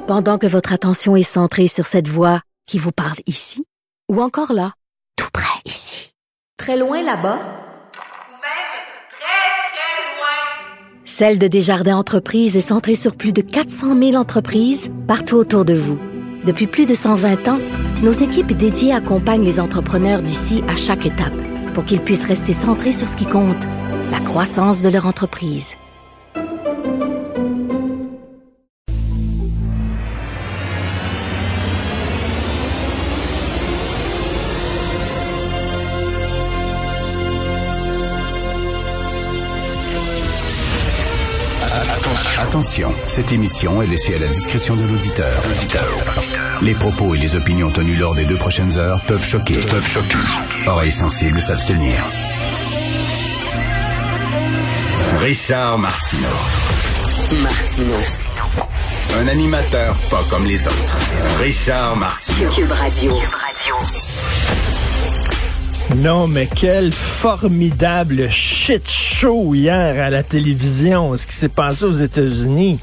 Pendant que votre attention est centrée sur cette voix qui vous parle ici, ou encore là, tout près ici, très loin là-bas, ou même très, très loin. Celle de Desjardins Entreprises est centrée sur plus de 400 000 entreprises partout autour de vous. Depuis plus de 120 ans, nos équipes dédiées accompagnent les entrepreneurs d'ici à chaque étape pour qu'ils puissent rester centrés sur ce qui compte, la croissance de leur entreprise. Attention, cette émission est laissée à la discrétion de l'auditeur. Les propos et les opinions tenues lors des 2 prochaines heures peuvent choquer. Oreilles sensibles s'abstenir. Richard Martineau. Un animateur pas comme les autres. Richard Martineau. Cube Radio. Non, mais quel formidable shit show hier à la télévision, ce qui s'est passé aux États-Unis.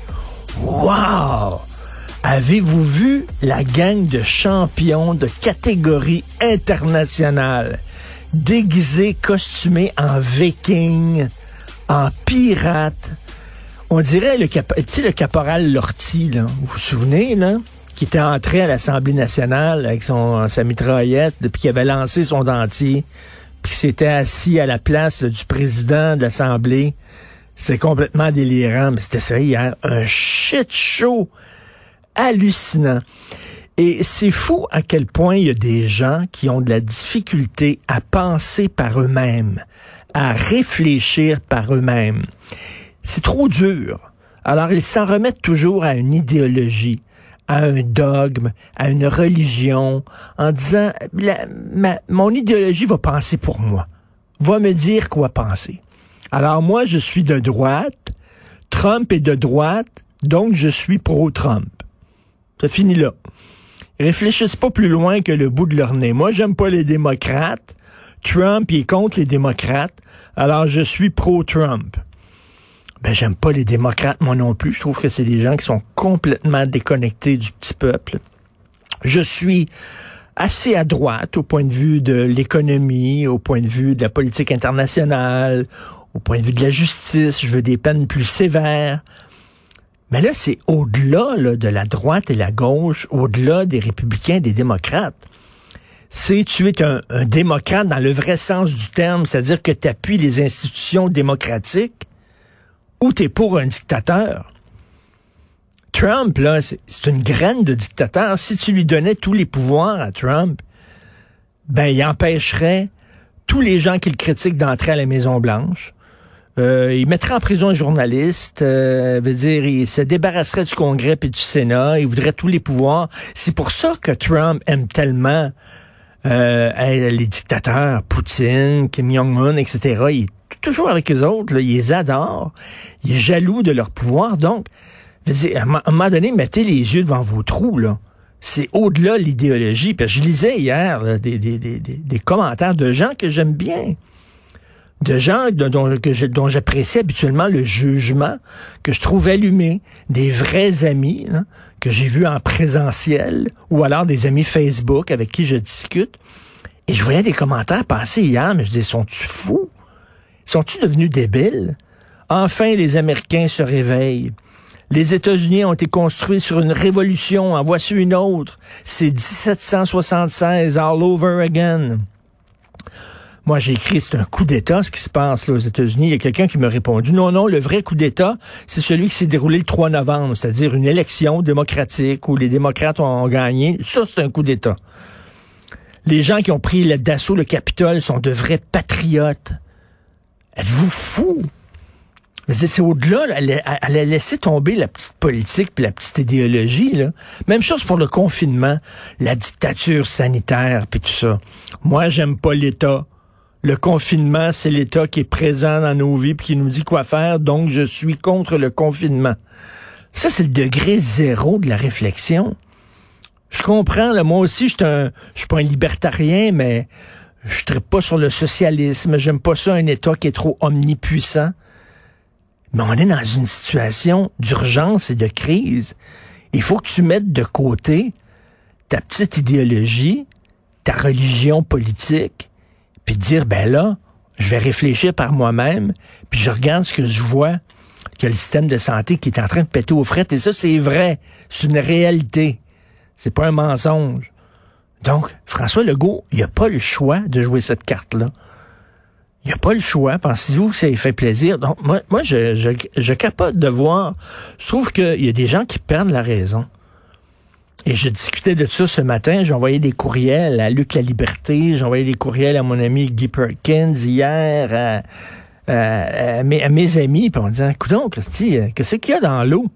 Wow! Avez-vous vu la gang de champions de catégorie internationale, déguisés, costumés en viking, en pirate? On dirait le caporal Lortie, là, vous vous souvenez, là? Qui était entré à l'Assemblée nationale avec sa mitraillette, puis qui avait lancé son dentier, puis qui s'était assis à la place là, du président de l'Assemblée. C'était complètement délirant, mais c'était ça hier. Un shit show hallucinant. Et c'est fou à quel point il y a des gens qui ont de la difficulté à penser par eux-mêmes, à réfléchir par eux-mêmes. C'est trop dur. Alors, ils s'en remettent toujours à une idéologie, à un dogme, à une religion, en disant, mon idéologie va penser pour moi, va me dire quoi penser. Alors moi, je suis de droite, Trump est de droite, donc je suis pro-Trump. Ça finit là. Ils réfléchissent pas plus loin que le bout de leur nez. Moi, j'aime pas les démocrates. Trump, il est contre les démocrates, alors je suis pro-Trump. Ben, j'aime pas les démocrates, moi non plus. Je trouve que c'est des gens qui sont complètement déconnectés du petit peuple. Je suis assez à droite au point de vue de l'économie, au point de vue de la politique internationale, au point de vue de la justice. Je veux des peines plus sévères. Mais là, c'est au-delà là, de la droite et la gauche, au-delà des républicains et des démocrates. C'est tu es un démocrate dans le vrai sens du terme, c'est-à-dire que tu appuies les institutions démocratiques, ou t'es pour un dictateur. Trump, là, c'est une graine de dictateur. Si tu lui donnais tous les pouvoirs à Trump, ben, il empêcherait tous les gens qui le critiquent d'entrer à la Maison-Blanche. Il mettrait en prison un journaliste. Il se débarrasserait du Congrès et du Sénat. Il voudrait tous les pouvoirs. C'est pour ça que Trump aime tellement les dictateurs, Poutine, Kim Jong-un, etc. Il est toujours avec eux autres, là, ils les adorent, il est jaloux de leur pouvoir, donc, à un moment donné, mettez les yeux devant vos trous, là. C'est au-delà de l'idéologie, parce que je lisais hier là, des commentaires de gens que j'aime bien, de gens dont j'apprécie habituellement le jugement, que je trouve allumé, des vrais amis, là, que j'ai vus en présentiel, ou alors des amis Facebook avec qui je discute, et je voyais des commentaires passer hier, mais je disais, sont-tu fous? Sont-ils devenus débiles? Enfin, les Américains se réveillent. Les États-Unis ont été construits sur une révolution. En voici une autre. C'est 1776, all over again. Moi, j'ai écrit, c'est un coup d'État, ce qui se passe là, aux États-Unis. Il y a quelqu'un qui m'a répondu, non, le vrai coup d'État, c'est celui qui s'est déroulé le 3 novembre, c'est-à-dire une élection démocratique où les démocrates ont gagné. Ça, c'est un coup d'État. Les gens qui ont pris d'assaut le Capitole sont de vrais patriotes. Êtes-vous fous? C'est au-delà, elle a laissé tomber la petite politique puis la petite idéologie, là. Même chose pour le confinement, la dictature sanitaire puis tout ça. Moi, j'aime pas l'État. Le confinement, c'est l'État qui est présent dans nos vies puis qui nous dit quoi faire, donc je suis contre le confinement. Ça, c'est le degré zéro de la réflexion. Je comprends, là, moi aussi, je suis pas un libertarien, mais je trippe pas sur le socialisme. J'aime pas ça, un État qui est trop omnipuissant. Mais on est dans une situation d'urgence et de crise. Il faut que tu mettes de côté ta petite idéologie, ta religion politique, puis dire, ben là, je vais réfléchir par moi-même, puis je regarde ce que je vois, que le système de santé qui est en train de péter aux frettes, et ça, c'est vrai. C'est une réalité. C'est pas un mensonge. Donc, François Legault, il a pas le choix de jouer cette carte-là. Il a pas le choix. Pensez-vous que ça lui fait plaisir? Donc, moi, je capote de voir. Je trouve qu'il y a des gens qui perdent la raison. Et je discutais de ça ce matin. J'ai envoyé des courriels à Luc La Liberté. J'ai envoyé des courriels à mon ami Guy Perkins hier, à mes amis. Puis on disait, coudonc, Christy, qu'est-ce qu'il y a dans l'eau?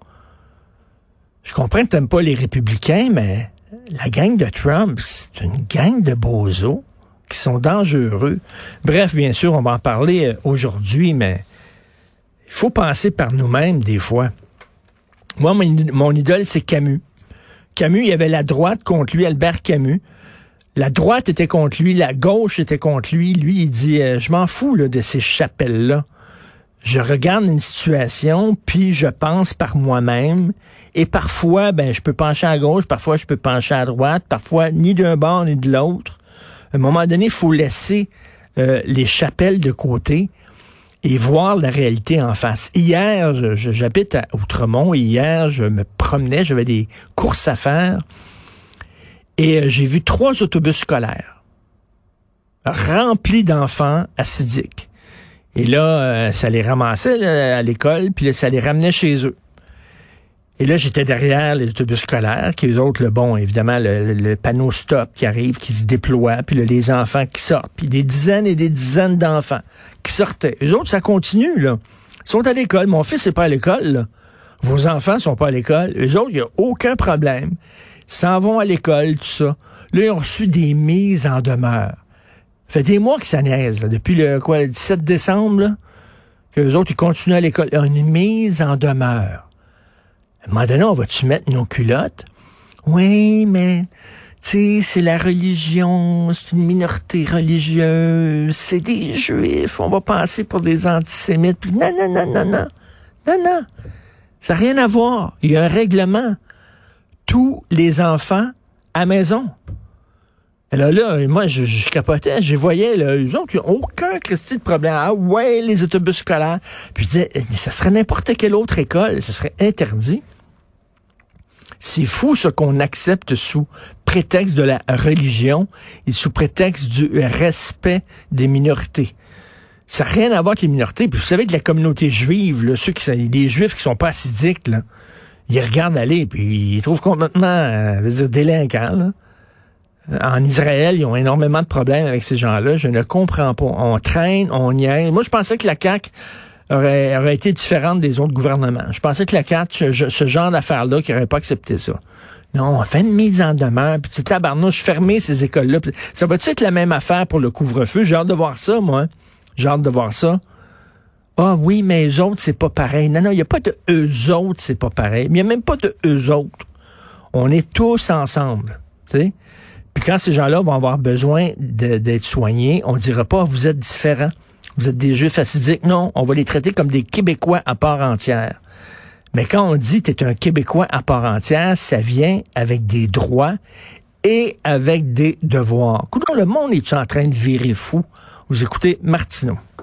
Je comprends que t'aimes pas les républicains, mais la gang de Trump, c'est une gang de bozos qui sont dangereux. Bref, bien sûr, on va en parler aujourd'hui, mais il faut penser par nous-mêmes des fois. Moi, mon idole, c'est Camus. Camus, il y avait la droite contre lui, Albert Camus. La droite était contre lui, la gauche était contre lui. Lui, il dit, je m'en fous là, de ces chapelles-là. Je regarde une situation, puis je pense par moi-même. Et parfois, je peux pencher à gauche, parfois je peux pencher à droite, parfois ni d'un bord ni de l'autre. À un moment donné, il faut laisser les chapelles de côté et voir la réalité en face. Hier, j'habite à Outremont, et hier, je me promenais, j'avais des courses à faire, et j'ai vu 3 autobus scolaires remplis d'enfants acidiques. Et là, ça les ramassait là, à l'école, puis là, ça les ramenait chez eux. Et là, j'étais derrière les autobus scolaires, qui eux autres, évidemment, le panneau stop qui arrive, qui se déploie, puis là, les enfants qui sortent, puis des dizaines et des dizaines d'enfants qui sortaient. Eux autres, ça continue, là. Ils sont à l'école. Mon fils n'est pas à l'école, là. Vos enfants sont pas à l'école. Eux autres, il n'y a aucun problème. Ils s'en vont à l'école, tout ça. Là, ils ont reçu des mises en demeure. Ça fait des mois qu'ils s'en niaisent, là. Depuis le 17 décembre, là, qu'eux autres, ils continuent à l'école. Ils ont une mise en demeure. À un moment donné, on va-tu mettre nos culottes? Oui, mais, tu sais, c'est la religion, c'est une minorité religieuse, c'est des juifs, on va passer pour des antisémites. Puis non. Ça n'a rien à voir. Il y a un règlement. Tous les enfants à maison. Alors là, moi, je capotais, je voyais, là, eux autres, ils n'ont aucun Christy de problème. Ah ouais, les autobus scolaires. Puis je disais, ça serait n'importe quelle autre école, ça serait interdit. C'est fou ce qu'on accepte sous prétexte de la religion et sous prétexte du respect des minorités. Ça n'a rien à voir avec les minorités. Puis vous savez que la communauté juive, là, les juifs qui sont pas assidiques, là, ils regardent aller, puis ils trouvent complètement délinquants, là. En Israël, ils ont énormément de problèmes avec ces gens-là. Je ne comprends pas. On traîne, on niaise. Moi, je pensais que la CAQ aurait été différente des autres gouvernements. Je pensais que la CAQ, ce genre d'affaires-là, qui n'aurait pas accepté ça. Non, on fait une mise en demeure, puis c'est tabarnouche, fermer ces écoles-là. Ça va-tu être la même affaire pour le couvre-feu? J'ai hâte de voir ça, moi. J'ai hâte de voir ça. Ah oui, mais eux autres, c'est pas pareil. Non, il n'y a pas de eux autres, c'est pas pareil. Mais il n'y a même pas de eux autres. On est tous ensemble, tu sais. Puis quand ces gens-là vont avoir besoin d'être soignés, on dira pas, vous êtes différents. Vous êtes des juifs assidiques. Non, on va les traiter comme des Québécois à part entière. Mais quand on dit t'es un Québécois à part entière, ça vient avec des droits et avec des devoirs. Coudonc, le monde est en train de virer fou? Vous écoutez Martineau.